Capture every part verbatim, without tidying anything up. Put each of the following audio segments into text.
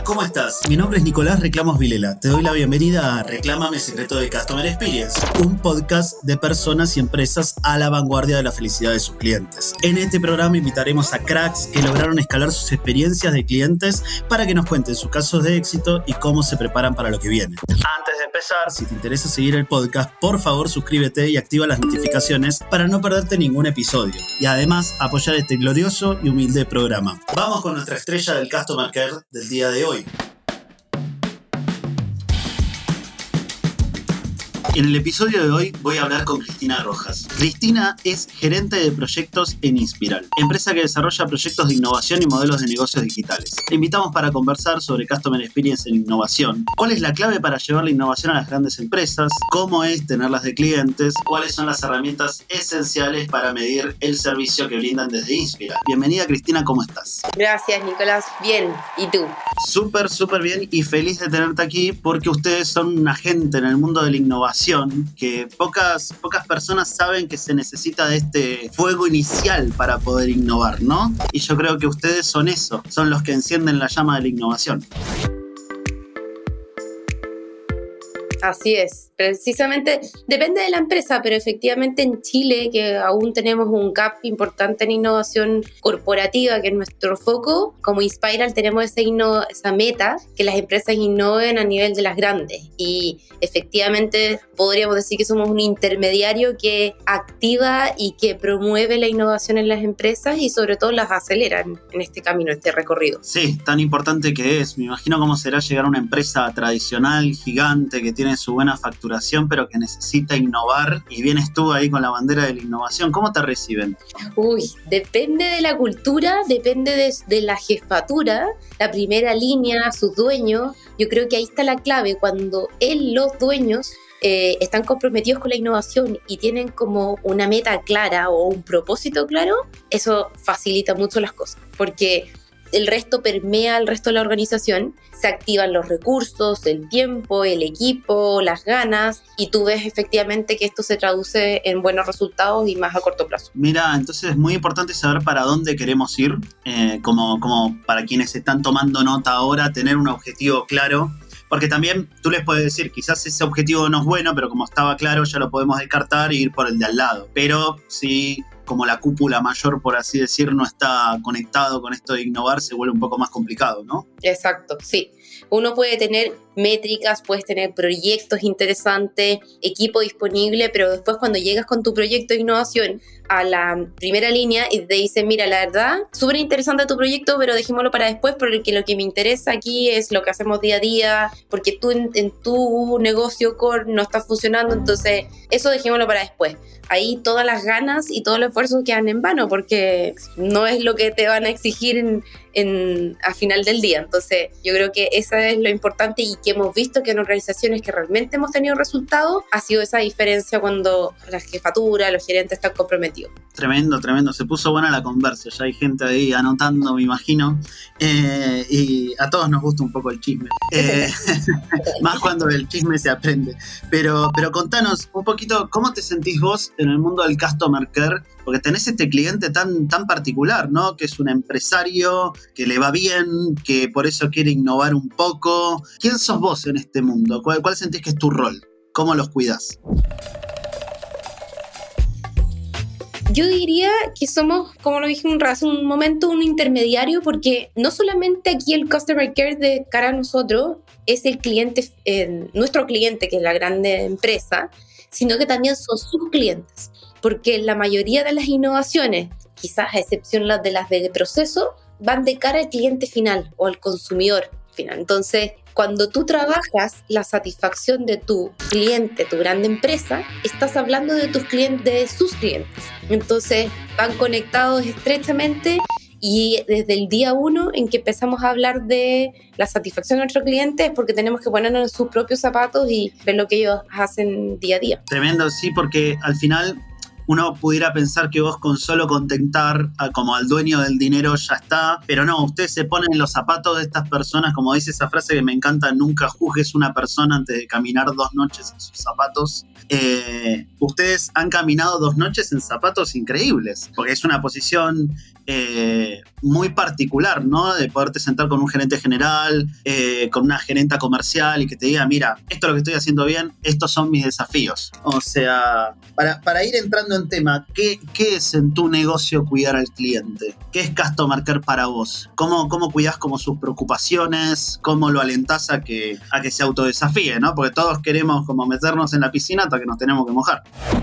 ¿Cómo estás? Mi nombre es Nicolás Reclamos Vilela. Te doy la bienvenida a Reclámame Secreto de Customer Experience, un podcast de personas y empresas a la vanguardia de la felicidad de sus clientes. En este programa invitaremos a cracks que lograron escalar sus experiencias de clientes para que nos cuenten sus casos de éxito y cómo se preparan para lo que viene. Antes de empezar, si te interesa seguir el podcast, por favor suscríbete y activa las notificaciones para no perderte ningún episodio. Y además, apoyar este glorioso y humilde programa. Vamos con nuestra estrella del Customer Care del día de hoy. En el episodio de hoy voy a hablar con Cristina Rojas. Cristina es gerente de proyectos en Inspiral, empresa que desarrolla proyectos de innovación y modelos de negocios digitales. Te invitamos para conversar sobre Customer Experience en innovación, cuál es la clave para llevar la innovación a las grandes empresas, cómo es tenerlas de clientes, cuáles son las herramientas esenciales para medir el servicio que brindan desde Inspiral. Bienvenida, Cristina, ¿cómo estás? Gracias, Nicolás. Bien, ¿y tú? Súper, súper bien y feliz de tenerte aquí porque ustedes son un agente en el mundo de la innovación que pocas, pocas personas saben que se necesita de este fuego inicial para poder innovar, ¿no? Y yo creo que ustedes son eso, son los que encienden la llama de la innovación. Así es, precisamente depende de la empresa, pero efectivamente en Chile, que aún tenemos un gap importante en innovación corporativa, que es nuestro foco, como Inspiral tenemos esa, inno- esa meta, que las empresas innoven a nivel de las grandes, y efectivamente podríamos decir que somos un intermediario que activa y que promueve la innovación en las empresas y sobre todo las acelera en, en este camino, este recorrido. Sí, tan importante que es. Me imagino cómo será llegar a una empresa tradicional, gigante, que tiene su buena facturación, pero que necesita innovar, y vienes tú ahí con la bandera de la innovación. ¿Cómo te reciben? Uy, depende de la cultura, depende de, de la jefatura, la primera línea, sus dueños. Yo creo que ahí está la clave, cuando él, los dueños eh, están comprometidos con la innovación y tienen como una meta clara o un propósito claro, eso facilita mucho las cosas, porque el resto permea al resto de la organización, se activan los recursos, el tiempo, el equipo, las ganas, y tú ves efectivamente que esto se traduce en buenos resultados y más a corto plazo. Mira, entonces es muy importante saber para dónde queremos ir, eh, como, como para quienes están tomando nota ahora, tener un objetivo claro, porque también tú les puedes decir, quizás ese objetivo no es bueno, pero como estaba claro ya lo podemos descartar e ir por el de al lado. Pero si como la cúpula mayor, por así decir, no está conectado con esto de innovar, se vuelve un poco más complicado, ¿no? Exacto, sí. Uno puede tener métricas, puedes tener proyectos interesantes, equipo disponible, pero después cuando llegas con tu proyecto de innovación a la primera línea y te dicen, mira, la verdad, súper interesante tu proyecto, pero dejémoslo para después porque lo que me interesa aquí es lo que hacemos día a día, porque tú en, en tu negocio core no está funcionando, entonces eso dejémoslo para después. Ahí todas las ganas y todos los esfuerzos quedan en vano porque no es lo que te van a exigir en, en, a final del día. Entonces yo creo que eso es lo importante y que hemos visto que en organizaciones que realmente hemos tenido resultados ha sido esa diferencia cuando la jefatura, los gerentes están comprometidos. Tremendo, tremendo. Se puso buena la conversa. Ya hay gente ahí anotando, me imagino. Eh, y a todos nos gusta un poco el chisme. Eh, más cuando del chisme se aprende. Pero, pero contanos un poquito, ¿cómo te sentís vos en el mundo del Customer Care? Porque tenés este cliente tan, tan particular, ¿no? Que es un empresario, que le va bien, que por eso quiere innovar un poco. ¿Quién sos vos en este mundo? ¿Cuál, cuál sentís que es tu rol? ¿Cómo los cuidás? Yo diría que somos, como lo dije hace un momento, un intermediario, porque no solamente aquí el Customer Care de cara a nosotros es el cliente, eh, nuestro cliente, que es la grande empresa, sino que también son sus clientes, porque la mayoría de las innovaciones, quizás a excepción de las de proceso, van de cara al cliente final o al consumidor final. Entonces, cuando tú trabajas la satisfacción de tu cliente, tu grande empresa, estás hablando de tus clientes, de sus clientes. Entonces, van conectados estrechamente y desde el día uno en que empezamos a hablar de la satisfacción de nuestros clientes es porque tenemos que ponernos en sus propios zapatos y ver lo que ellos hacen día a día. Tremendo, sí, porque al final uno pudiera pensar que vos con solo contentar a, como al dueño del dinero ya está, pero no, ustedes se ponen en los zapatos de estas personas, como dice esa frase que me encanta, nunca juzgues una persona antes de caminar dos noches en sus zapatos. Eh, ustedes han caminado dos noches en zapatos increíbles, porque es una posición eh, muy particular, ¿no? De poderte sentar con un gerente general, eh, con una gerenta comercial y que te diga, mira, esto es lo que estoy haciendo bien, estos son mis desafíos. O sea, para, para ir entrando en tema, ¿qué, ¿qué es en tu negocio cuidar al cliente? ¿Qué es Customer Care para vos? ¿Cómo, cómo cuidás como sus preocupaciones? ¿Cómo lo alentás a que, a que se autodesafíe, ¿no? Porque todos queremos como meternos en la piscina hasta que nos tenemos que mojar.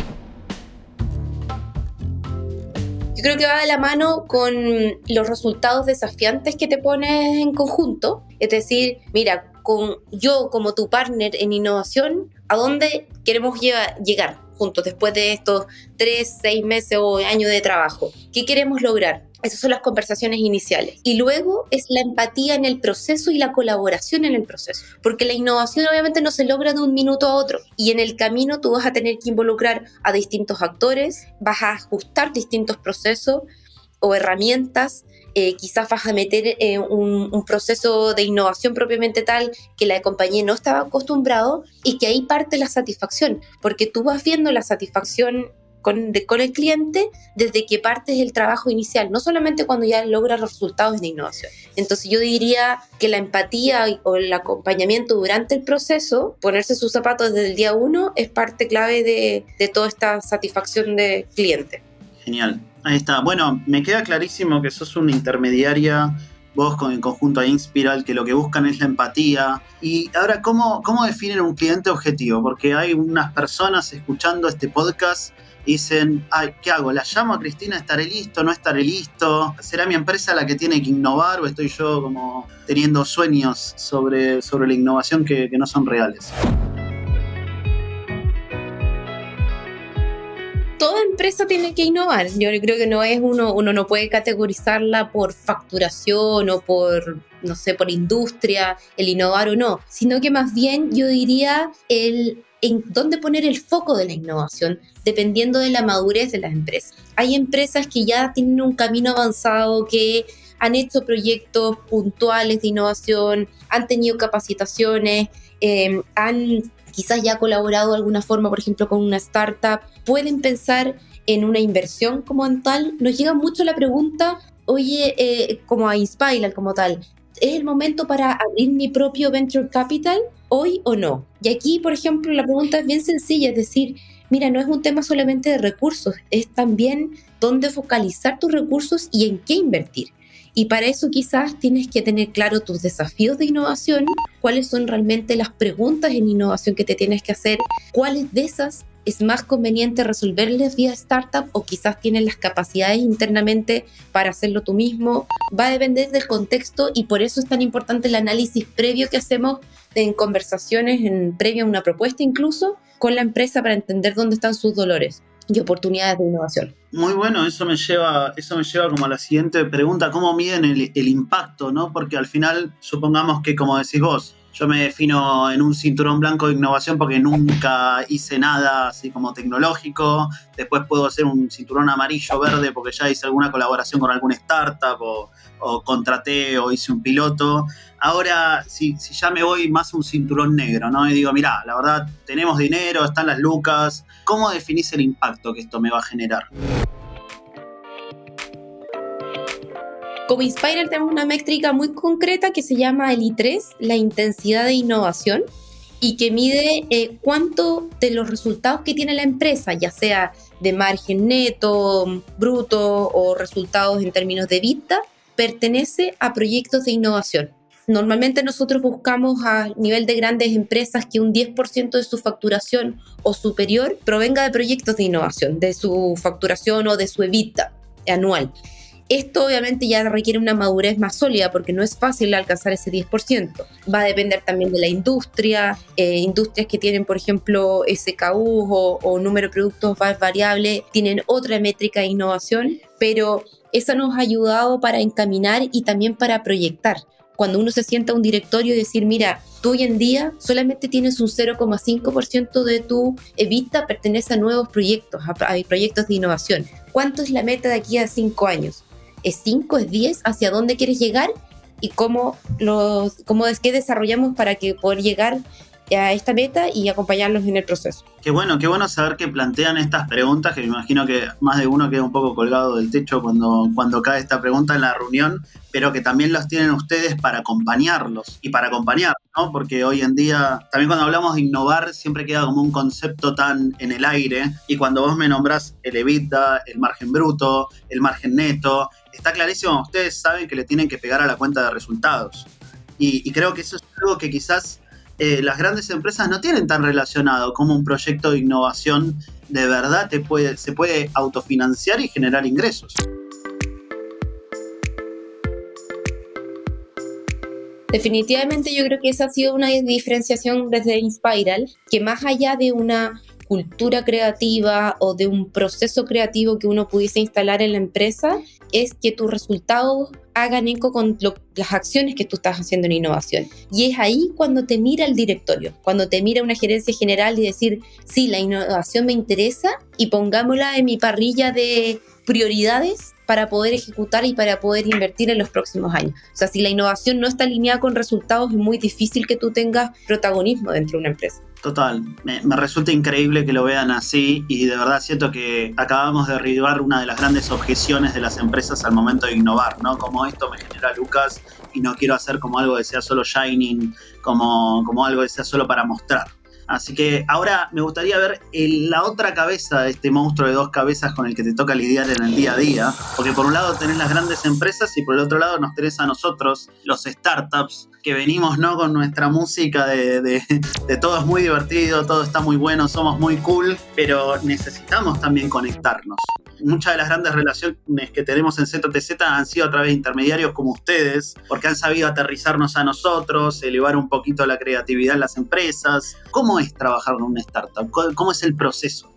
Yo creo que va de la mano con los resultados desafiantes que te pones en conjunto. Es decir, mira, con, yo como tu partner en innovación, ¿a dónde queremos llevar, llegar juntos después de estos tres, seis meses o años de trabajo? ¿Qué queremos lograr? Esas son las conversaciones iniciales. Y luego es la empatía en el proceso y la colaboración en el proceso. Porque la innovación obviamente no se logra de un minuto a otro. Y en el camino tú vas a tener que involucrar a distintos actores, vas a ajustar distintos procesos o herramientas. Eh, quizás vas a meter eh, un, un proceso de innovación propiamente tal que la compañía no estaba acostumbrado y que ahí parte la satisfacción. Porque tú vas viendo la satisfacción Con, de, con el cliente desde que partes el trabajo inicial, no solamente cuando ya logras los resultados de innovación. Entonces yo diría que la empatía o el acompañamiento durante el proceso, ponerse sus zapatos desde el día uno, es parte clave de, de toda esta satisfacción de cliente. Genial, ahí está. Bueno, me queda clarísimo que sos una intermediaria, vos con el conjunto a Inspiral, que lo que buscan es la empatía. Y ahora, ¿cómo, cómo definen un cliente objetivo? Porque hay unas personas escuchando este podcast dicen, ay, ¿qué hago? ¿La llamo a Cristina? ¿Estaré listo? ¿No estaré listo? ¿Será mi empresa la que tiene que innovar o estoy yo como teniendo sueños sobre, sobre la innovación que, que no son reales? Toda empresa tiene que innovar. Yo creo que no es uno, uno no puede categorizarla por facturación o por, no sé, por industria, el innovar o no, sino que más bien yo diría el en dónde poner el foco de la innovación, dependiendo de la madurez de las empresas. Hay empresas que ya tienen un camino avanzado, que han hecho proyectos puntuales de innovación, han tenido capacitaciones, eh, han quizás ya colaborado de alguna forma, por ejemplo, con una startup, pueden pensar en una inversión como tal. Nos llega mucho la pregunta, oye, eh, como a Inspiral como tal, ¿es el momento para abrir mi propio venture capital hoy o no? Y aquí, por ejemplo, la pregunta es bien sencilla, es decir, mira, no es un tema solamente de recursos, es también dónde focalizar tus recursos y en qué invertir. Y para eso quizás tienes que tener claro tus desafíos de innovación, cuáles son realmente las preguntas en innovación que te tienes que hacer, cuáles de esas es más conveniente resolverles vía startup o quizás tienes las capacidades internamente para hacerlo tú mismo. Va a depender del contexto y por eso es tan importante el análisis previo que hacemos en conversaciones, en previo a una propuesta incluso, con la empresa para entender dónde están sus dolores y oportunidades de innovación. Muy bueno, eso me lleva, eso me lleva como a la siguiente pregunta, ¿cómo miden el, el impacto, ¿no? Porque al final, supongamos que, como decís vos, yo me defino en un cinturón blanco de innovación porque nunca hice nada así como tecnológico. Después puedo hacer un cinturón amarillo verde porque ya hice alguna colaboración con alguna startup o, o contraté o hice un piloto. Ahora, si, si ya me voy más a un cinturón negro, ¿no? Y digo, mirá, la verdad, tenemos dinero, están las lucas. ¿Cómo definís el impacto que esto me va a generar? Como Inspiral tenemos una métrica muy concreta que se llama el I tres, la intensidad de innovación, y que mide eh, cuánto de los resultados que tiene la empresa, ya sea de margen neto, bruto o resultados en términos de EBITDA, pertenece a proyectos de innovación. Normalmente nosotros buscamos a nivel de grandes empresas que un diez por ciento de su facturación o superior provenga de proyectos de innovación, de su facturación o de su EBITDA anual. Esto obviamente ya requiere una madurez más sólida porque no es fácil alcanzar ese diez por ciento. Va a depender también de la industria, eh, industrias que tienen, por ejemplo, S K U o, o número de productos más variable, tienen otra métrica de innovación, pero esa nos ha ayudado para encaminar y también para proyectar. cuando uno se sienta a un directorio y decir, mira, tú hoy en día solamente tienes un cero coma cinco por ciento de tu EBITDA pertenece a nuevos proyectos, a, a proyectos de innovación. ¿Cuánto es la meta de aquí a cinco años? ¿Es cinco? ¿Es diez? ¿Hacia dónde quieres llegar? ¿Y cómo, los, cómo es que desarrollamos para que poder llegar a esta meta y acompañarlos en el proceso? Qué bueno, qué bueno saber que plantean estas preguntas, que me imagino que más de uno queda un poco colgado del techo cuando, cuando cae esta pregunta en la reunión, pero que también las tienen ustedes para acompañarlos y para acompañar, ¿no? Porque hoy en día, también cuando hablamos de innovar, siempre queda como un concepto tan en el aire, y cuando vos me nombrás el EBITDA, el margen bruto, el margen neto, está clarísimo, ustedes saben que le tienen que pegar a la cuenta de resultados. Y, y creo que eso es algo que quizás Eh, las grandes empresas no tienen tan relacionado como un proyecto de innovación de verdad te puede, se puede autofinanciar y generar ingresos. Definitivamente yo creo que esa ha sido una diferenciación desde Inspiral, que más allá de una cultura creativa o de un proceso creativo que uno pudiese instalar en la empresa, es que tus resultados hagan eco con lo, las acciones que tú estás haciendo en innovación. Y es ahí cuando te mira el directorio, cuando te mira una gerencia general y decir, sí, la innovación me interesa y pongámosla en mi parrilla de prioridades para poder ejecutar y para poder invertir en los próximos años. O sea, si la innovación no está alineada con resultados, es muy difícil que tú tengas protagonismo dentro de una empresa. Total, me, me resulta increíble que lo vean así, y de verdad siento que acabamos de derribar una de las grandes objeciones de las empresas al momento de innovar, ¿no? Como esto me genera lucas y no quiero hacer como algo que sea solo shining, como, como algo que sea solo para mostrar. Así que ahora me gustaría ver el, la otra cabeza de este monstruo de dos cabezas con el que te toca lidiar en el día a día, porque por un lado tenés las grandes empresas y por el otro lado nos tenés a nosotros, los startups, que venimos, ¿no?, con nuestra música de, de, de todo es muy divertido, todo está muy bueno, somos muy cool, pero necesitamos también conectarnos. Muchas de las grandes relaciones que tenemos en Z T Z han sido a través de intermediarios como ustedes, porque han sabido aterrizarnos a nosotros, elevar un poquito la creatividad en las empresas. ¿Cómo es trabajar con una startup? ¿Cómo es el proceso?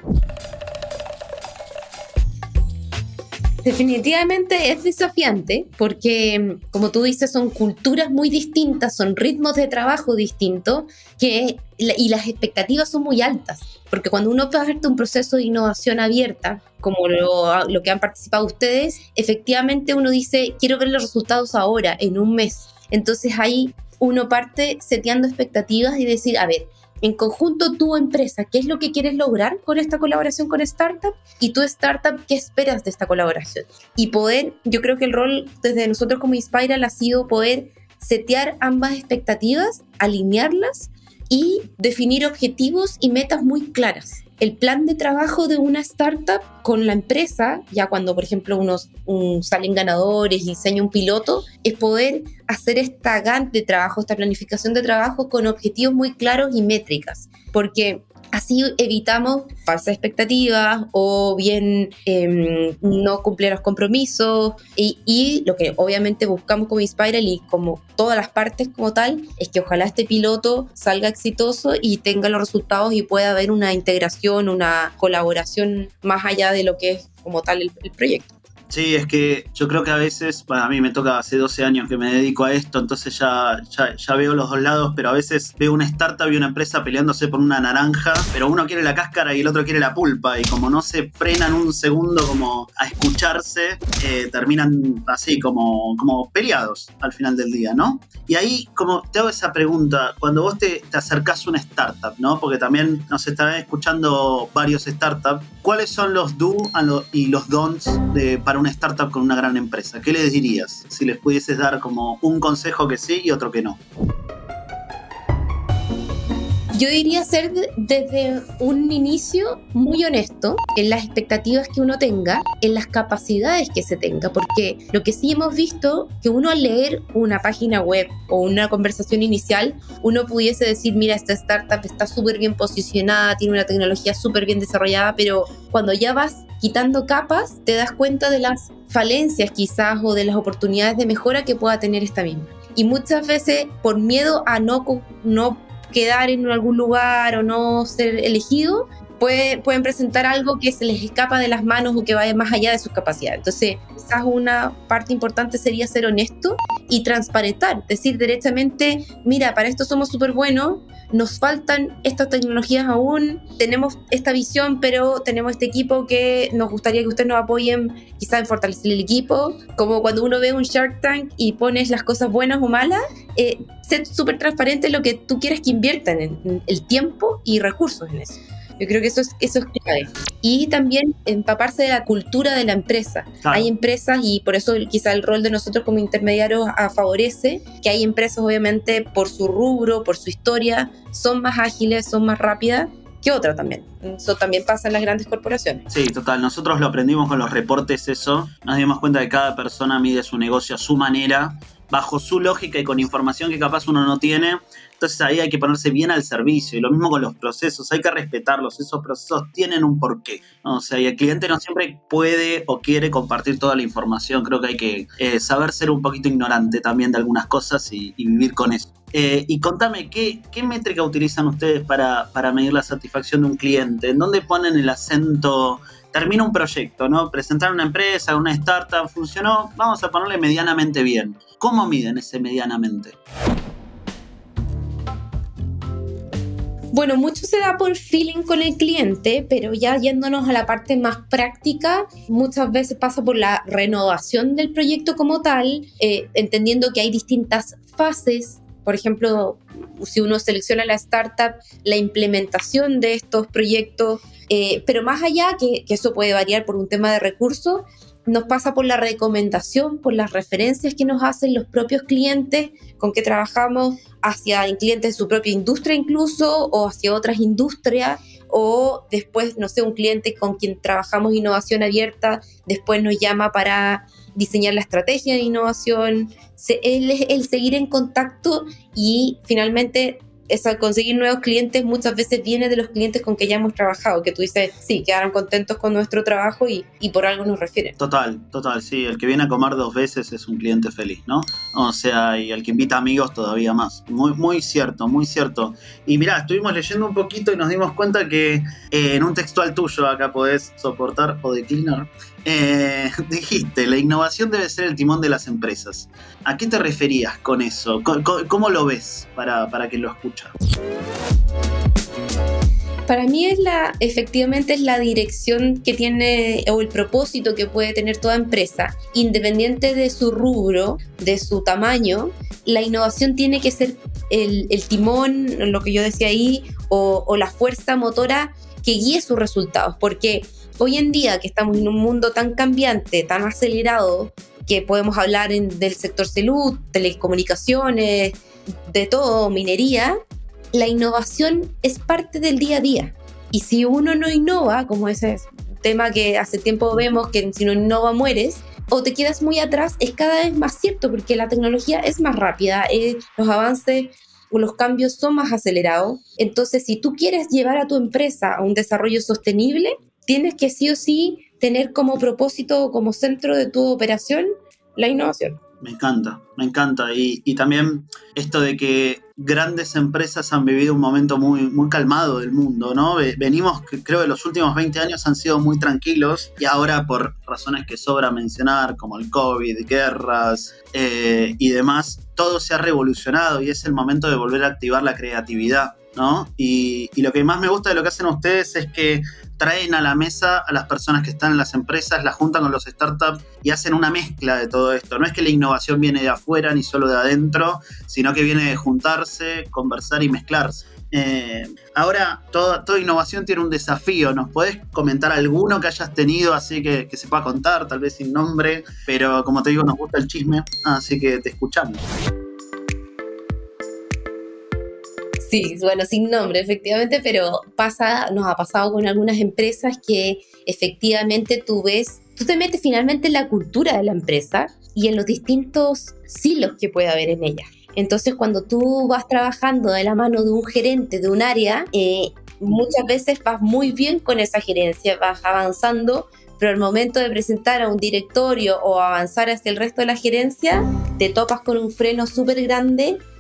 Definitivamente es desafiante porque, como tú dices, son culturas muy distintas, son ritmos de trabajo distintos que, y las expectativas son muy altas. Porque cuando uno parte un proceso de innovación abierta, como lo, lo que han participado ustedes, efectivamente uno dice, quiero ver los resultados ahora, en un mes. Entonces ahí uno parte seteando expectativas y decir, a ver, en conjunto tu empresa, ¿qué es lo que quieres lograr con esta colaboración con startup? Y tu startup, ¿qué esperas de esta colaboración? Y poder, yo creo que el rol desde nosotros como Inspiral ha sido poder setear ambas expectativas, alinearlas y definir objetivos y metas muy claras. El plan de trabajo de una startup con la empresa, ya cuando por ejemplo unos un, salen ganadores y diseña un piloto, es poder hacer esta Gantt de trabajo, esta planificación de trabajo con objetivos muy claros y métricas, porque así evitamos falsas expectativas o bien eh, no cumplir los compromisos y, y lo que obviamente buscamos como Inspiral y como todas las partes como tal es que ojalá este piloto salga exitoso y tenga los resultados y pueda haber una integración, una colaboración más allá de lo que es como tal el, el proyecto. Sí, es que yo creo que a veces, bueno, a mí me toca hace doce años que me dedico a esto, entonces ya, ya, ya veo los dos lados, pero a veces veo una startup y una empresa peleándose por una naranja, pero uno quiere la cáscara y el otro quiere la pulpa, y como no se frenan un segundo como a escucharse, eh, terminan así como, como peleados al final del día, ¿no? Y ahí, como te hago esa pregunta, cuando vos te, te acercás a una startup, ¿no? Porque también nos estarán escuchando varios startups, ¿cuáles son los do y los don'ts de, para una startup con una gran empresa? ¿Qué les dirías si les pudieses dar como un consejo que sí y otro que no? Yo diría ser desde un inicio muy honesto en las expectativas que uno tenga, en las capacidades que se tenga, porque lo que sí hemos visto, que uno al leer una página web o una conversación inicial, uno pudiese decir, mira, esta startup está súper bien posicionada, tiene una tecnología súper bien desarrollada, pero cuando ya vas quitando capas, te das cuenta de las falencias quizás o de las oportunidades de mejora que pueda tener esta misma. Y muchas veces, por miedo a no, no quedar en algún lugar o no ser elegido, puede, pueden presentar algo que se les escapa de las manos o que vaya más allá de sus capacidades. Entonces, quizás una parte importante sería ser honesto y transparentar, decir directamente, mira, para esto somos súper buenos, nos faltan estas tecnologías aún, tenemos esta visión, pero tenemos este equipo que nos gustaría que ustedes nos apoyen quizás en fortalecer el equipo, como cuando uno ve un Shark Tank y pones las cosas buenas o malas, eh, ser súper transparente en lo que tú quieres que inviertan, en, en el tiempo y recursos en eso. Yo creo que eso es, eso es clave. Y también empaparse de la cultura de la empresa. Claro. Hay empresas, y por eso quizá el rol de nosotros como intermediarios a, favorece, que hay empresas obviamente por su rubro, por su historia, son más ágiles, son más rápidas que otras también. Eso también pasa en las grandes corporaciones. Sí, total. Nosotros lo aprendimos con los reportes eso. Nos dimos cuenta que cada persona mide su negocio a su manera, bajo su lógica y con información que capaz uno no tiene. Entonces ahí hay que ponerse bien al servicio. Y lo mismo con los procesos, hay que respetarlos. Esos procesos tienen un porqué, ¿no? O sea, y el cliente no siempre puede o quiere compartir toda la información. Creo que hay que eh, saber ser un poquito ignorante también de algunas cosas y, y vivir con eso. Eh, y contame, ¿qué, qué métrica utilizan ustedes para, para medir la satisfacción de un cliente? ¿En dónde ponen el acento? Termina un proyecto, ¿no? Presentar una empresa, una startup, funcionó, vamos a ponerle medianamente bien. ¿Cómo miden ese medianamente? Bueno, mucho se da por feeling con el cliente, pero ya yéndonos a la parte más práctica, muchas veces pasa por la renovación del proyecto como tal, eh, entendiendo que hay distintas fases. Por ejemplo, si uno selecciona la startup, la implementación de estos proyectos, eh, pero más allá, que, que eso puede variar por un tema de recursos, nos pasa por la recomendación, por las referencias que nos hacen los propios clientes con que trabajamos hacia clientes de su propia industria incluso, o hacia otras industrias, o después, no sé, un cliente con quien trabajamos innovación abierta, después nos llama para diseñar la estrategia de innovación, el, el seguir en contacto y finalmente esa, conseguir nuevos clientes muchas veces viene de los clientes con que ya hemos trabajado, que tú dices, sí, quedaron contentos con nuestro trabajo y, y por algo nos refieren. Total, total, sí, el que viene a comer dos veces es un cliente feliz, ¿no? O sea, y el que invita amigos todavía más. Muy, muy cierto, muy cierto. Y mirá, estuvimos leyendo un poquito y nos dimos cuenta que eh, en un textual tuyo, acá podés soportar o declinar, eh, dijiste, la innovación debe ser el timón de las empresas. ¿A qué te referías con eso? ¿Cómo, cómo lo ves para, para que lo escuches? Para mí es la, efectivamente es la dirección que tiene o el propósito que puede tener toda empresa, independiente de su rubro, de su tamaño. La innovación tiene que ser el, el timón, lo que yo decía ahí, o, o la fuerza motora que guíe sus resultados, porque hoy en día que estamos en un mundo tan cambiante, tan acelerado, que podemos hablar en, del sector salud, telecomunicaciones, de todo, minería, la innovación es parte del día a día. Y si uno no innova, como ese tema que hace tiempo vemos que si no innova mueres, o te quedas muy atrás, es cada vez más cierto porque la tecnología es más rápida, eh, los avances o los cambios son más acelerados. Entonces, si tú quieres llevar a tu empresa a un desarrollo sostenible, tienes que sí o sí tener como propósito o como centro de tu operación la innovación. Me encanta, me encanta. Y, y también esto de que grandes empresas han vivido un momento muy, muy calmado del mundo, ¿no? Venimos, creo que los últimos veinte años han sido muy tranquilos y ahora por razones que sobra mencionar, como el COVID, guerras eh, y demás, todo se ha revolucionado y es el momento de volver a activar la creatividad, ¿no? Y, y lo que más me gusta de lo que hacen ustedes es que traen a la mesa a las personas que están en las empresas, las juntan con los startups y hacen una mezcla de todo esto. No es que la innovación viene de afuera ni solo de adentro, sino que viene de juntarse, conversar y mezclarse. Eh, ahora, toda, toda innovación tiene un desafío. ¿Nos podés comentar alguno que hayas tenido así que, que se pueda contar, tal vez sin nombre? Pero como te digo, nos gusta el chisme, así que te escuchamos. Sí, bueno, sin nombre, efectivamente, pero pasa, nos ha pasado con algunas empresas que efectivamente tú ves, tú te metes finalmente en la cultura de la empresa y en los distintos silos que puede haber en ella. Entonces, cuando tú vas trabajando de la mano de un gerente de un área, eh, muchas veces vas muy bien con esa gerencia, vas avanzando, pero al momento de presentar a un directorio o avanzar hacia el resto de la gerencia, te topas con un freno súper grande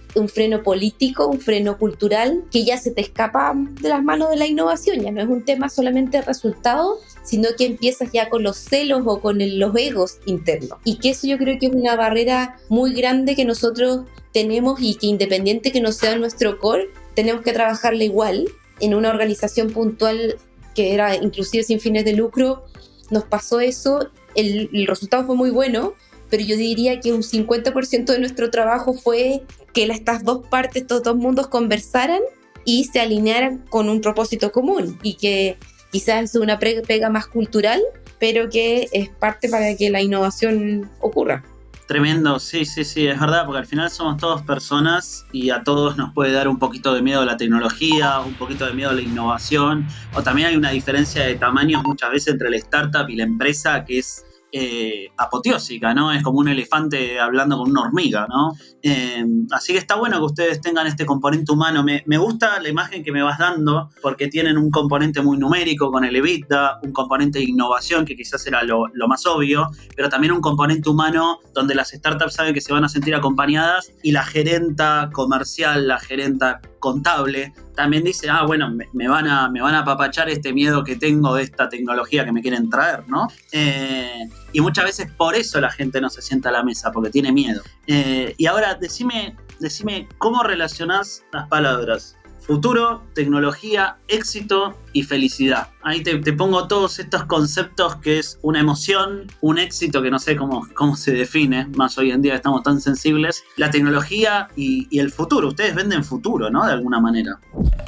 un freno político, un freno cultural, que ya se te escapa de las manos de la innovación. Ya no es un tema solamente de resultados, sino que empiezas ya con los celos o con el, los egos internos. Y que eso yo creo que es una barrera muy grande que nosotros tenemos y que independiente que no sea nuestro core, tenemos que trabajarla igual. En una organización puntual que era inclusive sin fines de lucro, nos pasó eso, el, el resultado fue muy bueno, pero yo diría que un cincuenta por ciento de nuestro trabajo fue que estas dos partes, estos dos mundos conversaran y se alinearan con un propósito común, y que quizás es una pega más cultural, pero que es parte para que la innovación ocurra. Tremendo, sí, sí, sí, es verdad, porque al final somos todos personas y a todos nos puede dar un poquito de miedo la tecnología, un poquito de miedo la innovación, o también hay una diferencia de tamaños muchas veces entre la startup y la empresa que es eh, apoteósica, ¿no? Es como un elefante hablando con una hormiga, ¿no? Eh, así que está bueno que ustedes tengan este componente humano. Me, me gusta la imagen que me vas dando porque tienen un componente muy numérico con el EBITDA, un componente de innovación que quizás era lo, lo más obvio, pero también un componente humano donde las startups saben que se van a sentir acompañadas y la gerenta comercial, la gerenta contable también dice, ah, bueno, me, me, van a, me van a apapachar este miedo que tengo de esta tecnología que me quieren traer, ¿no? Eh, y muchas veces por eso la gente no se sienta a la mesa, porque tiene miedo. Eh, y ahora, decime, decime, ¿cómo relacionás las palabras futuro, tecnología, éxito y felicidad? Ahí te, te pongo todos estos conceptos que es una emoción, un éxito que no sé cómo, cómo se define, más hoy en día estamos tan sensibles, la tecnología y, y el futuro. Ustedes venden futuro, ¿no? De alguna manera.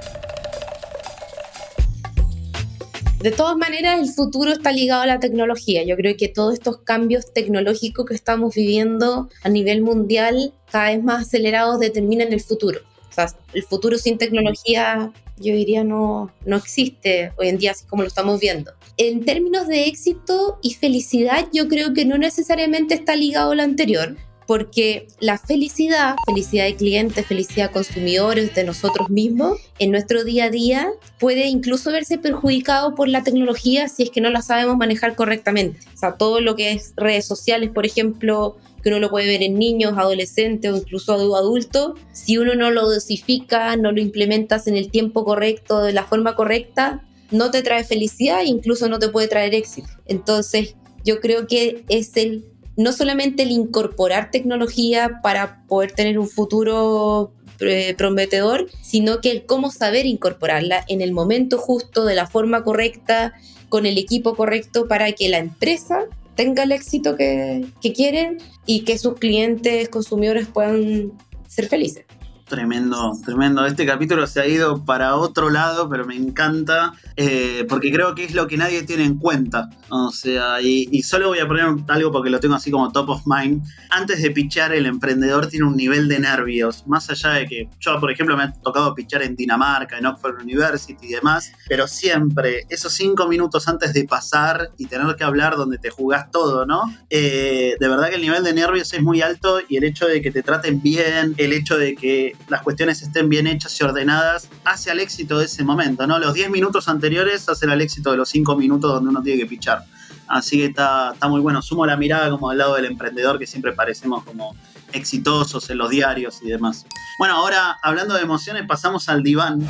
De todas maneras, el futuro está ligado a la tecnología. Yo creo que todos estos cambios tecnológicos que estamos viviendo a nivel mundial, cada vez más acelerados, determinan el futuro. O sea, el futuro sin tecnología, yo diría, no, no existe hoy en día, así como lo estamos viendo. En términos de éxito y felicidad, yo creo que no necesariamente está ligado a lo anterior, porque la felicidad, felicidad de clientes, felicidad de consumidores, de nosotros mismos, en nuestro día a día, puede incluso verse perjudicado por la tecnología si es que no la sabemos manejar correctamente. O sea, todo lo que es redes sociales, por ejemplo, que uno lo puede ver en niños, adolescentes o incluso adultos, si uno no lo dosifica, no lo implementas en el tiempo correcto, de la forma correcta, no te trae felicidad e incluso no te puede traer éxito. Entonces, yo creo que es el, no solamente el incorporar tecnología para poder tener un futuro eh, prometedor, sino que el cómo saber incorporarla en el momento justo, de la forma correcta, con el equipo correcto, para que la empresa tenga el éxito que, que quieren y que sus clientes, consumidores puedan ser felices. Tremendo, tremendo. Este capítulo se ha ido para otro lado, pero me encanta eh, porque creo que es lo que nadie tiene en cuenta. O sea, y, y solo voy a poner algo porque lo tengo así como top of mind. Antes de pitchar, el emprendedor tiene un nivel de nervios. Más allá de que yo, por ejemplo, me ha tocado pitchar en Dinamarca, en Oxford University y demás, pero siempre esos cinco minutos antes de pasar y tener que hablar donde te jugás todo, ¿no? Eh, de verdad que el nivel de nervios es muy alto y el hecho de que te traten bien, el hecho de que las cuestiones estén bien hechas y ordenadas, hace al éxito de ese momento, ¿no? Los diez minutos anteriores hacen al éxito de los cinco minutos donde uno tiene que pichar. Así que está, está muy bueno. Sumo la mirada como al lado del emprendedor, que siempre parecemos como exitosos en los diarios y demás. Bueno, ahora, hablando de emociones, pasamos al diván.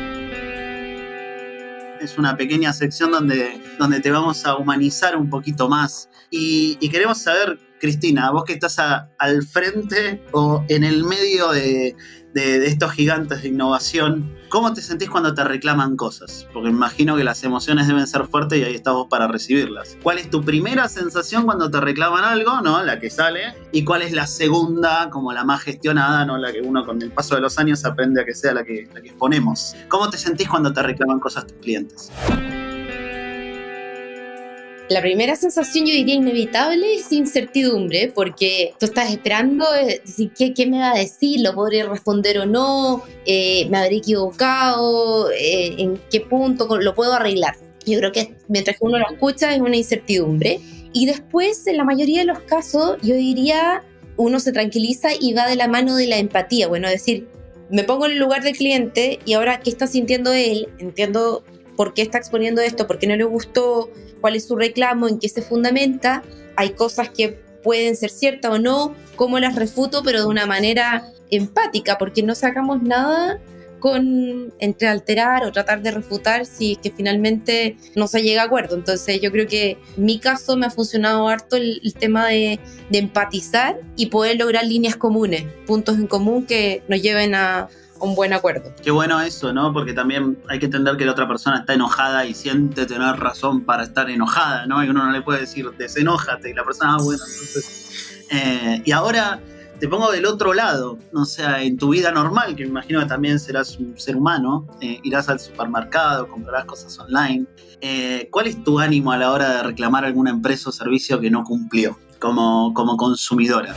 Es una pequeña sección donde, donde te vamos a humanizar un poquito más. Y, y queremos saber, Cristina, vos que estás a, al frente o en el medio de, de, de estos gigantes de innovación, ¿cómo te sentís cuando te reclaman cosas? Porque me imagino que las emociones deben ser fuertes y ahí estás vos para recibirlas. ¿Cuál es tu primera sensación cuando te reclaman algo, ¿no? La que sale. ¿Y cuál es la segunda, como la más gestionada, ¿no? La que uno con el paso de los años aprende a que sea la que, la que exponemos. ¿Cómo te sentís cuando te reclaman cosas tus clientes? La primera sensación, yo diría inevitable, es incertidumbre, porque tú estás esperando decir, ¿qué, qué me va a decir? ¿Lo podré responder o no? Eh, ¿Me habré equivocado? Eh, ¿En qué punto lo puedo arreglar? Yo creo que mientras que uno lo escucha es una incertidumbre. Y después, en la mayoría de los casos, yo diría, uno se tranquiliza y va de la mano de la empatía. Bueno, es decir, me pongo en el lugar del cliente y ahora, ¿qué está sintiendo él? Entiendo por qué está exponiendo esto, por qué no le gustó, cuál es su reclamo, en qué se fundamenta. Hay cosas que pueden ser ciertas o no, cómo las refuto, pero de una manera empática, porque no sacamos nada con entre alterar o tratar de refutar si es que finalmente no se llega a acuerdo. Entonces yo creo que en mi caso me ha funcionado harto el, el tema de, de empatizar y poder lograr líneas comunes, puntos en común que nos lleven a un buen acuerdo. Qué bueno eso, ¿no? Porque también hay que entender que la otra persona está enojada y siente tener razón para estar enojada, ¿no? Y uno no le puede decir desenójate y la persona, ah, bueno, entonces... Eh, y ahora... Te pongo del otro lado, o sea, en tu vida normal, que me imagino que también serás un ser humano, eh, irás al supermercado, comprarás cosas online. Eh, ¿Cuál es tu ánimo a la hora de reclamar alguna empresa o servicio que no cumplió como, como consumidora?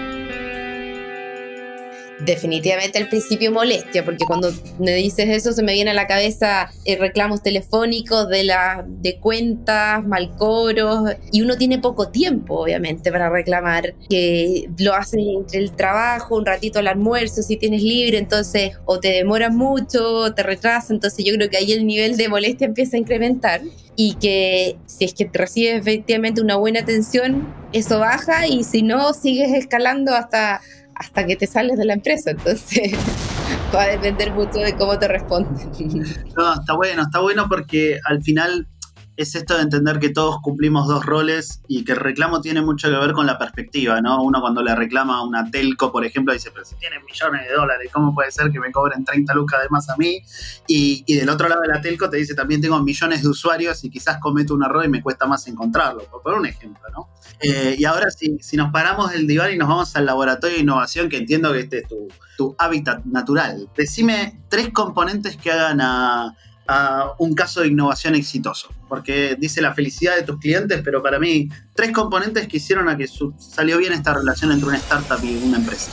Definitivamente al principio molestia, porque cuando me dices eso se me viene a la cabeza eh, reclamos telefónicos de, la, de cuentas, malcoros, y uno tiene poco tiempo obviamente para reclamar, que lo haces entre el trabajo, un ratito al almuerzo si tienes libre, entonces o te demoras mucho o te retrasa, entonces yo creo que ahí el nivel de molestia empieza a incrementar, y que si es que recibes efectivamente una buena atención, eso baja, y si no, sigues escalando hasta... hasta que te sales de la empresa, entonces va a depender mucho de cómo te responden. No, está bueno, está bueno porque al final es esto de entender que todos cumplimos dos roles y que el reclamo tiene mucho que ver con la perspectiva, ¿no? Uno cuando le reclama a una telco, por ejemplo, dice, pero si tienen millones de dólares, ¿cómo puede ser que me cobren treinta lucas de más a mí? Y, y del otro lado de la telco te dice, también tengo millones de usuarios y quizás cometo un error y me cuesta más encontrarlo, por poner un ejemplo, ¿no? Eh, y ahora si, si nos paramos del diván y nos vamos al laboratorio de innovación, que entiendo que este es tu, tu hábitat natural, decime tres componentes que hagan a... a un caso de innovación exitoso, porque dice la felicidad de tus clientes, pero para mí tres componentes que hicieron a que su, salió bien esta relación entre una startup y una empresa.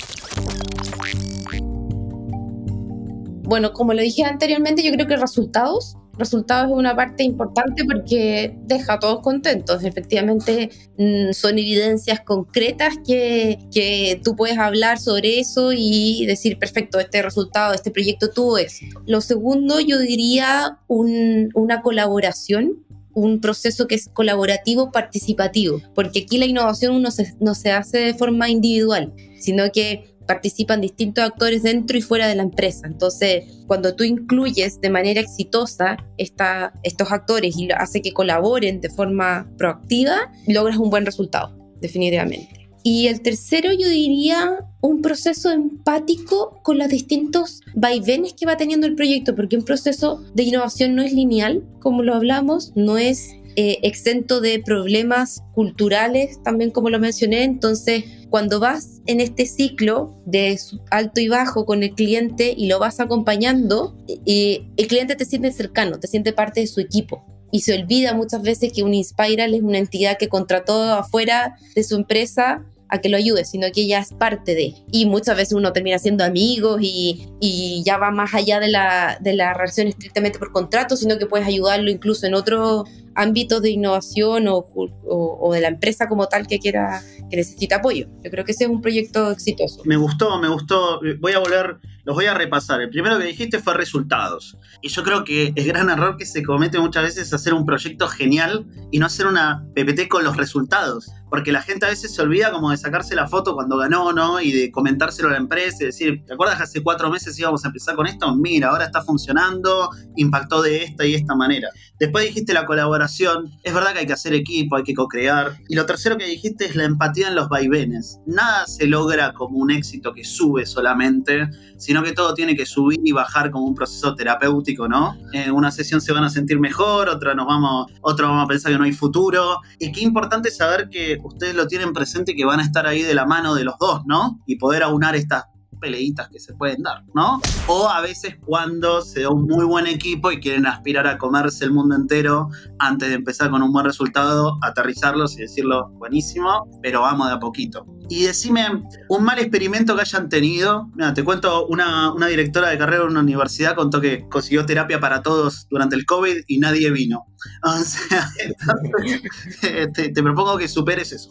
Bueno, como lo dije anteriormente, yo creo que resultados Resultados es una parte importante porque deja a todos contentos. Efectivamente, mmm, son evidencias concretas que, que tú puedes hablar sobre eso y decir, perfecto, este resultado, este proyecto tuvo éxito. Lo segundo, yo diría un, una colaboración, un proceso que es colaborativo, participativo, porque aquí la innovación no se, no se hace de forma individual, sino que participan distintos actores dentro y fuera de la empresa. Entonces, cuando tú incluyes de manera exitosa esta, estos actores y hace que colaboren de forma proactiva, logras un buen resultado, definitivamente. Y el tercero, yo diría un proceso empático con los distintos vaivenes que va teniendo el proyecto, porque un proceso de innovación no es lineal, como lo hablamos, no es eh, exento de problemas culturales, también como lo mencioné. Entonces, cuando vas en este ciclo de alto y bajo con el cliente y lo vas acompañando, eh, el cliente te siente cercano, te siente parte de su equipo. Y se olvida muchas veces que un Inspiral es una entidad que contrató afuera de su empresa a que lo ayude, sino que ella es parte de. Y muchas veces uno termina siendo amigos y, y ya va más allá de la, de la relación estrictamente por contrato, sino que puedes ayudarlo incluso en otros ámbitos de innovación o, o, o de la empresa como tal que quiera, que necesita apoyo. Yo creo que ese es un proyecto exitoso. Me gustó, me gustó. Voy a volver, los voy a repasar. El primero que dijiste fue resultados. Y yo creo que el gran error que se comete muchas veces es hacer un proyecto genial y no hacer una P P T con los resultados. Porque la gente a veces se olvida como de sacarse la foto cuando ganó, ¿no? Y de comentárselo a la empresa y decir, ¿te acuerdas que hace cuatro meses íbamos a empezar con esto? Mira, ahora está funcionando, impactó de esta y esta manera. Después dijiste la colaboración. Es verdad que hay que hacer equipo, hay que co-crear. Y lo tercero que dijiste es la empatía en los vaivenes. Nada se logra como un éxito que sube solamente, sino que todo tiene que subir y bajar como un proceso terapéutico, ¿no? En una sesión se van a sentir mejor, otra nos vamos, otra vamos a pensar que no hay futuro. Y qué importante saber que ustedes lo tienen presente y que van a estar ahí de la mano de los dos, ¿no? Y poder aunar estas peleitas que se pueden dar, ¿no? O a veces cuando se da un muy buen equipo y quieren aspirar a comerse el mundo entero antes de empezar con un buen resultado, aterrizarlos y decirlo buenísimo, pero vamos de a poquito. Y decime, un mal experimento que hayan tenido. Mira, te cuento, una, una directora de carrera de una universidad contó que consiguió terapia para todos durante el COVID y nadie vino. O sea, entonces, te, te propongo que superes eso.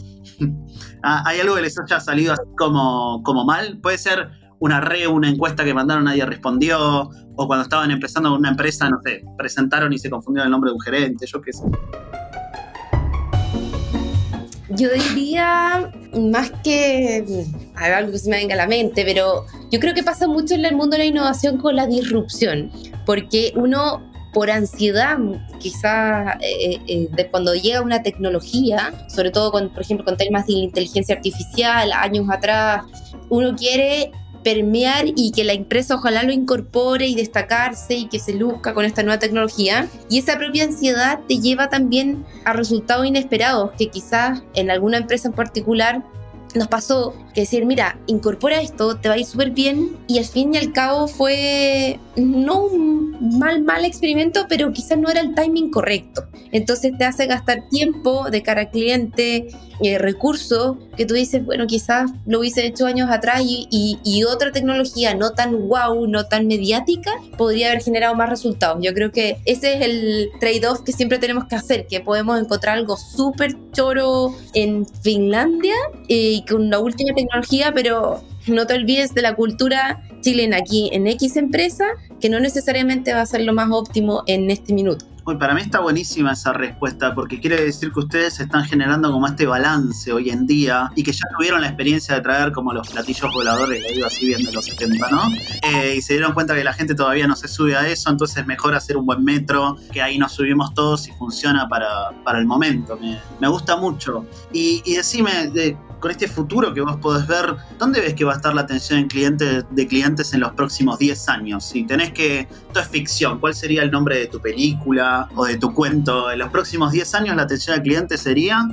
¿Hay algo que les haya salido así como, como mal? Puede ser una re, una encuesta que mandaron, nadie respondió, o cuando estaban empezando con una empresa, no sé, presentaron y se confundieron el nombre de un gerente, yo qué sé. Yo diría más que a ver, algo que se me venga a la mente, pero yo creo que pasa mucho en el mundo de la innovación con la disrupción, porque uno por ansiedad, quizás eh, eh, de cuando llega una tecnología, sobre todo con, por ejemplo, con temas de la inteligencia artificial, años atrás, uno quiere permear y que la empresa ojalá lo incorpore y destacarse y que se luzca con esta nueva tecnología, y esa propia ansiedad te lleva también a resultados inesperados que quizás en alguna empresa en particular nos pasó que decir, mira, incorpora esto, te va a ir súper bien, y al fin y al cabo fue no un mal, mal experimento, pero quizás no era el timing correcto. Entonces te hace gastar tiempo de cara al cliente, eh, recursos, que tú dices, bueno, quizás lo hubiese hecho años atrás y, y, y otra tecnología no tan wow, no tan mediática, podría haber generado más resultados. Yo creo que ese es el trade-off que siempre tenemos que hacer, que podemos encontrar algo súper choro en Finlandia y eh, con la última tecnología, pero no te olvides de la cultura chilena aquí en X empresa, que no necesariamente va a ser lo más óptimo en este minuto. Uy, para mí está buenísima esa respuesta, porque quiere decir que ustedes están generando como este balance hoy en día y que ya tuvieron la experiencia de traer como los platillos voladores, lo digo así bien de los setenta, ¿no? Eh, y se dieron cuenta que la gente todavía no se sube a eso, entonces es mejor hacer un buen metro, que ahí nos subimos todos y funciona para, para el momento. Me, me gusta mucho. Y, y decime, de, con este futuro que vos podés ver, ¿dónde ves que va a estar la atención en cliente, de clientes en los próximos diez años? Si tenés que, esto es ficción, ¿cuál sería el nombre de tu película o de tu cuento? En los próximos diez años la atención al cliente sería...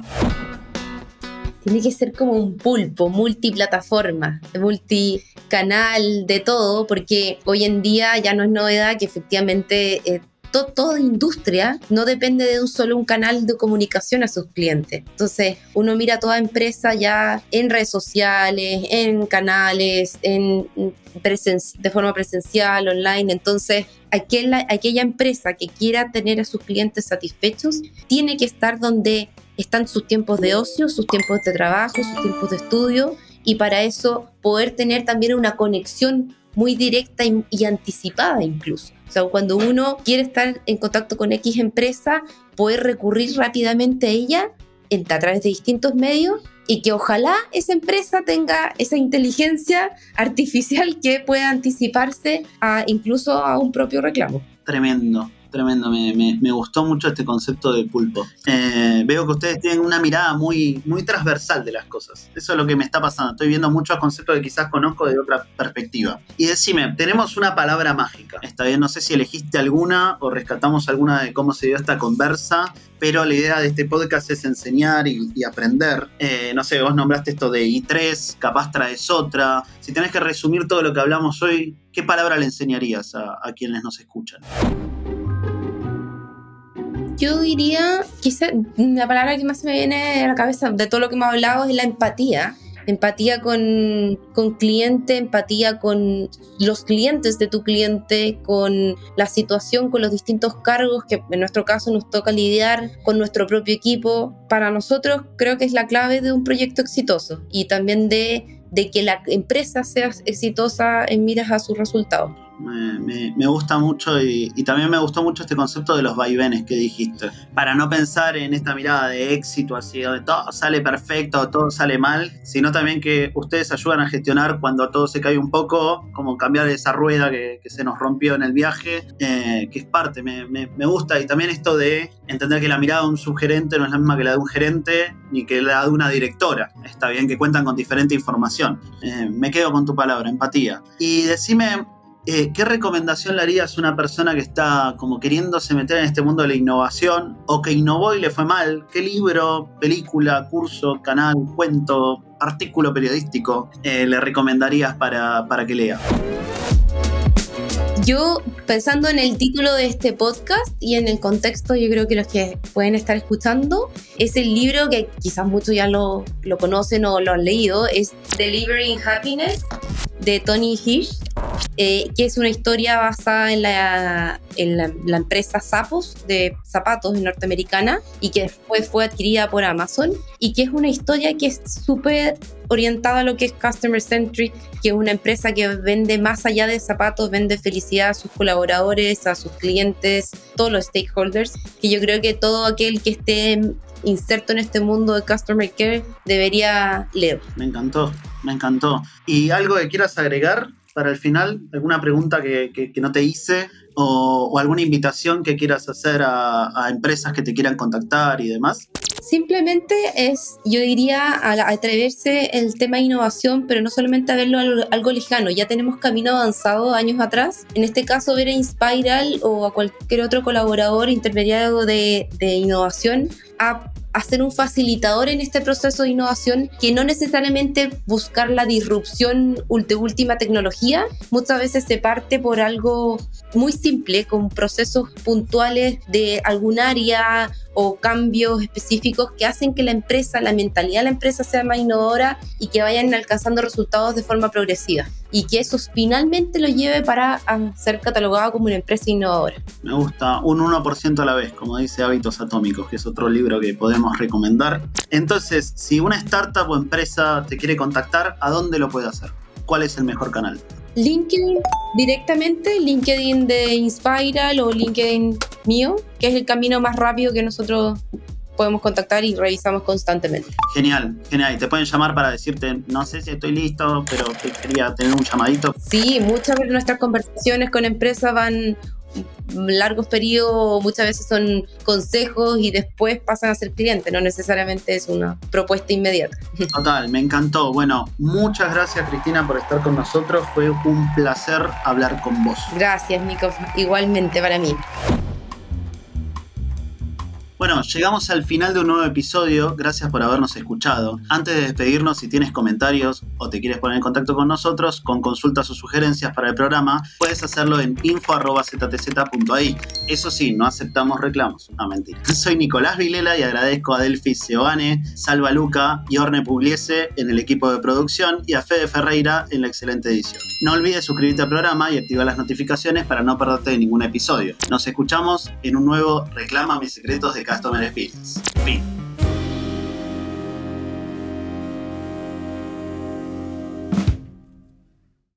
Tiene que ser como un pulpo, multiplataforma, multicanal, de todo, porque hoy en día ya no es novedad que efectivamente... Eh, To, toda industria no depende de un solo un canal de comunicación a sus clientes. Entonces, uno mira toda empresa ya en redes sociales, en canales, en presen- de forma presencial, online. Entonces, aquella, aquella empresa que quiera tener a sus clientes satisfechos tiene que estar donde están sus tiempos de ocio, sus tiempos de trabajo, sus tiempos de estudio, y para eso poder tener también una conexión muy directa y, y anticipada incluso. O sea, cuando uno quiere estar en contacto con X empresa, poder recurrir rápidamente a ella en, a través de distintos medios, y que ojalá esa empresa tenga esa inteligencia artificial que pueda anticiparse a, incluso a un propio reclamo. Tremendo. Tremendo, me, me, me gustó mucho este concepto de pulpo. Eh, veo que ustedes tienen una mirada muy, muy transversal de las cosas. Eso es lo que me está pasando. Estoy viendo muchos conceptos que quizás conozco de otra perspectiva. Y decime, tenemos una palabra mágica. Está bien, no sé si elegiste alguna o rescatamos alguna de cómo se dio esta conversa, pero la idea de este podcast es enseñar y, y aprender. Eh, no sé, vos nombraste esto de I tres, capaz traes otra. Si tenés que resumir todo lo que hablamos hoy, ¿qué palabra le enseñarías a, a quienes nos escuchan? Yo diría, quizá la palabra que más se me viene a la cabeza de todo lo que hemos hablado es la empatía. Empatía con, con cliente, empatía con los clientes de tu cliente, con la situación, con los distintos cargos que en nuestro caso nos toca lidiar, con nuestro propio equipo. Para nosotros creo que es la clave de un proyecto exitoso, y también de, de que la empresa sea exitosa en miras a sus resultados. Me, me, me gusta mucho y, y también me gustó mucho este concepto de los vaivenes que dijiste, para no pensar en esta mirada de éxito así, donde todo sale perfecto, todo sale mal, sino también que ustedes ayudan a gestionar cuando todo se cae un poco, como cambiar esa rueda que, que se nos rompió en el viaje, eh, que es parte, me, me, me gusta. Y también esto de entender que la mirada de un subgerente no es la misma que la de un gerente, ni que la de una directora. Está bien que cuentan con diferente información. Eh, me quedo con tu palabra, empatía. Y decime, Eh, ¿qué recomendación le harías a una persona que está como queriéndose meter en este mundo de la innovación o que innovó y le fue mal? ¿Qué libro, película, curso, canal, cuento, artículo periodístico eh, le recomendarías para, para que lea? Yo, pensando en el título de este podcast y en el contexto, yo creo que los que pueden estar escuchando, es el libro que quizás muchos ya lo, lo conocen o lo han leído, es Delivering Happiness, de Tony Hsieh, eh, que es una historia basada en la, en la, la empresa Zappos de zapatos norteamericana, y que después fue adquirida por Amazon, y que es una historia que es súper orientada a lo que es Customer Centric, que es una empresa que vende más allá de zapatos, vende felicidad a sus colaboradores, a sus clientes, todos los stakeholders, que yo creo que todo aquel que esté inserto en este mundo de Customer Care debería leer. Me encantó, me encantó. ¿Y algo que quieras agregar para el final? ¿Alguna pregunta que, que, que no te hice? O, ¿O alguna invitación que quieras hacer a, a empresas que te quieran contactar y demás? Simplemente es, yo diría, a, a atreverse el tema de innovación, pero no solamente a verlo algo, algo lejano. Ya tenemos camino avanzado años atrás. En este caso, ver a Inspiral o a cualquier otro colaborador intermediario de, de innovación a a ser un facilitador en este proceso de innovación, que no necesariamente buscar la disrupción de última tecnología. Muchas veces se parte por algo muy simple, con procesos puntuales de algún área o cambios específicos que hacen que la empresa, la mentalidad de la empresa sea más innovadora y que vayan alcanzando resultados de forma progresiva, y que eso finalmente lo lleve para ser catalogado como una empresa innovadora. Me gusta, un uno por ciento a la vez, como dice Hábitos Atómicos, que es otro libro que podemos recomendar. Entonces, si una startup o empresa te quiere contactar, ¿a dónde lo puede hacer? ¿Cuál es el mejor canal? LinkedIn directamente, LinkedIn de Inspiral o LinkedIn mío, que es el camino más rápido que nosotros podemos contactar y revisamos constantemente. Genial, genial. Y te pueden llamar para decirte, no sé si estoy listo, pero te quería tener un llamadito. Sí, muchas de nuestras conversaciones con empresas van largos periodos, muchas veces son consejos y después pasan a ser clientes, no necesariamente es una propuesta inmediata. Total, me encantó. Bueno, muchas gracias, Cristina, por estar con nosotros. Fue un placer hablar con vos. Gracias, Nico. Igualmente para mí. Bueno, llegamos al final de un nuevo episodio. Gracias por habernos escuchado. Antes de despedirnos, si tienes comentarios o te quieres poner en contacto con nosotros con consultas o sugerencias para el programa, puedes hacerlo en info arroba z t z punto a i. Eso sí, no aceptamos reclamos. No, mentira. Soy Nicolás Vilela y agradezco a Delphi Seoane, Salva Luca y Orne Pugliese en el equipo de producción y a Fede Ferreira en la excelente edición. No olvides suscribirte al programa y activar las notificaciones para no perderte de ningún episodio. Nos escuchamos en un nuevo Reclama mis secretos de Customer Experience. Fin.